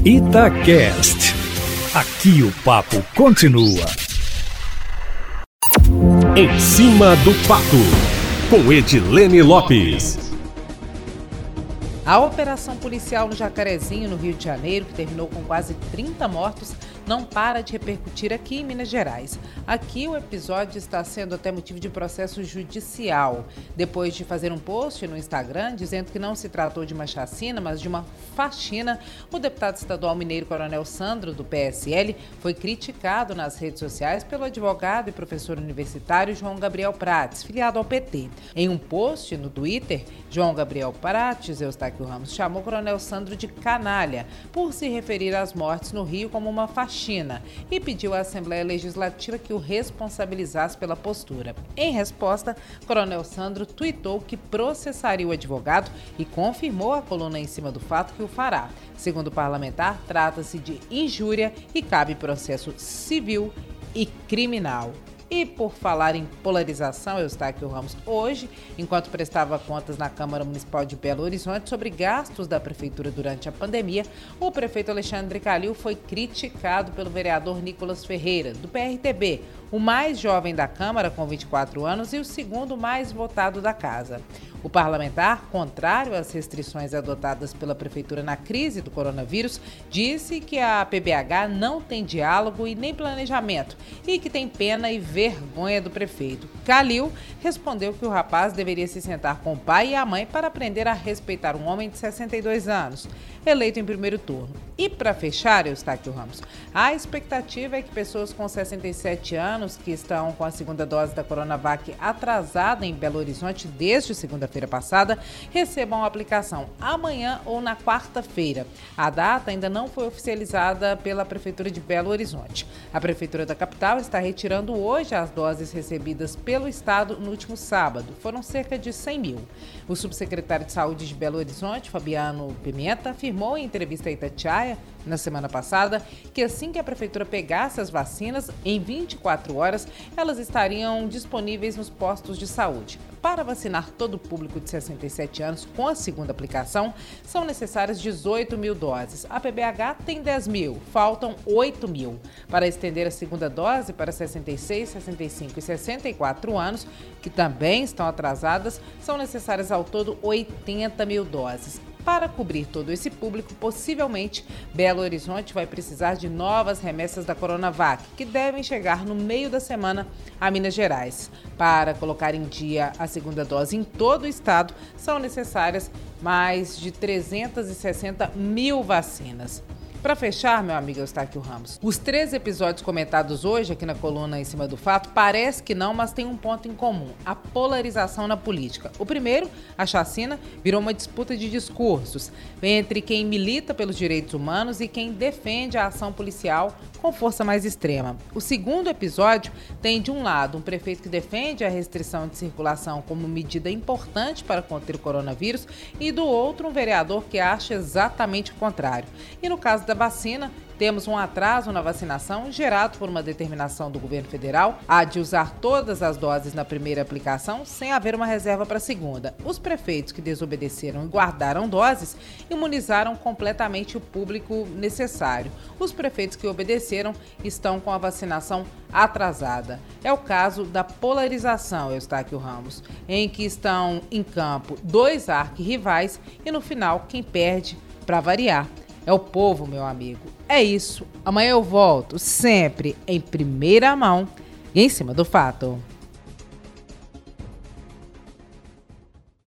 Itacast. Aqui o papo continua. Em cima do fato, com Edilene Lopes. A operação policial no Jacarezinho, no Rio de Janeiro, que terminou com quase 30 mortos, não para de repercutir aqui em Minas Gerais. Aqui o episódio está sendo até motivo de processo judicial. Depois de fazer um post no Instagram dizendo que não se tratou de uma chacina, mas de uma faxina, o deputado estadual mineiro Coronel Sandro, do PSL, foi criticado nas redes sociais pelo advogado e professor universitário João Gabriel Prates, filiado ao PT. Em um post no Twitter, João Gabriel Prates, Eustáquio Ramos, chamou Coronel Sandro de canalha por se referir às mortes no Rio como uma faxina e pediu à Assembleia Legislativa que o responsabilizasse pela postura. Em resposta, Coronel Sandro tuitou que processaria o advogado e confirmou à coluna Em Cima do Fato que o fará. Segundo o parlamentar, trata-se de injúria e cabe processo civil e criminal. E por falar em polarização, Eustáquio Ramos, hoje, enquanto prestava contas na Câmara Municipal de Belo Horizonte sobre gastos da Prefeitura durante a pandemia, o prefeito Alexandre Calil foi criticado pelo vereador Nicolas Ferreira, do PRTB, o mais jovem da Câmara, com 24 anos, e o segundo mais votado da casa. O parlamentar, contrário às restrições adotadas pela Prefeitura na crise do coronavírus, disse que a PBH não tem diálogo e nem planejamento e que tem pena e vergonha do prefeito. Calil respondeu que o rapaz deveria se sentar com o pai e a mãe para aprender a respeitar um homem de 62 anos, eleito em primeiro turno. E para fechar, Eustáquio Ramos, a expectativa é que pessoas com 67 anos que estão com a segunda dose da Coronavac atrasada em Belo Horizonte desde segunda-feira passada recebam a aplicação amanhã ou na quarta-feira. A data ainda não foi oficializada pela Prefeitura de Belo Horizonte. A Prefeitura da capital está retirando hoje as doses recebidas pelo Estado no último sábado. Foram cerca de 100 mil. O subsecretário de Saúde de Belo Horizonte, Fabiano Pimenta, afirmou em entrevista a Itatiaia na semana passada que assim que a Prefeitura pegasse as vacinas, em 24 horas, elas estariam disponíveis nos postos de saúde. Para vacinar todo o público de 67 anos com a segunda aplicação, são necessárias 18 mil doses. A PBH tem 10 mil, faltam 8 mil. Para estender a segunda dose para 66, 65 e 64 anos, que também estão atrasadas, são necessárias ao todo 80 mil doses. Para cobrir todo esse público, possivelmente, Belo Horizonte vai precisar de novas remessas da Coronavac, que devem chegar no meio da semana a Minas Gerais. Para colocar em dia a segunda dose em todo o estado, são necessárias mais de 360 mil vacinas. Para fechar, meu amigo Eustáquio Ramos, os 3 episódios comentados hoje aqui na coluna Em Cima do Fato, parece que não, mas tem um ponto em comum: a polarização na política. O primeiro, a chacina, virou uma disputa de discursos entre quem milita pelos direitos humanos e quem defende a ação policial com força mais extrema. O segundo episódio tem, de um lado, um prefeito que defende a restrição de circulação como medida importante para conter o coronavírus e, do outro, um vereador que acha exatamente o contrário. E no caso da vacina, temos um atraso na vacinação gerado por uma determinação do governo federal a de usar todas as doses na primeira aplicação sem haver uma reserva para a segunda. Os prefeitos que desobedeceram e guardaram doses imunizaram completamente o público necessário. Os prefeitos que obedeceram estão com a vacinação atrasada. É o caso da polarização, Eustáquio Ramos, em que estão em campo 2 arquirrivais e no final quem perde, para variar, é o povo, meu amigo. É isso. Amanhã eu volto, sempre em primeira mão e em cima do fato.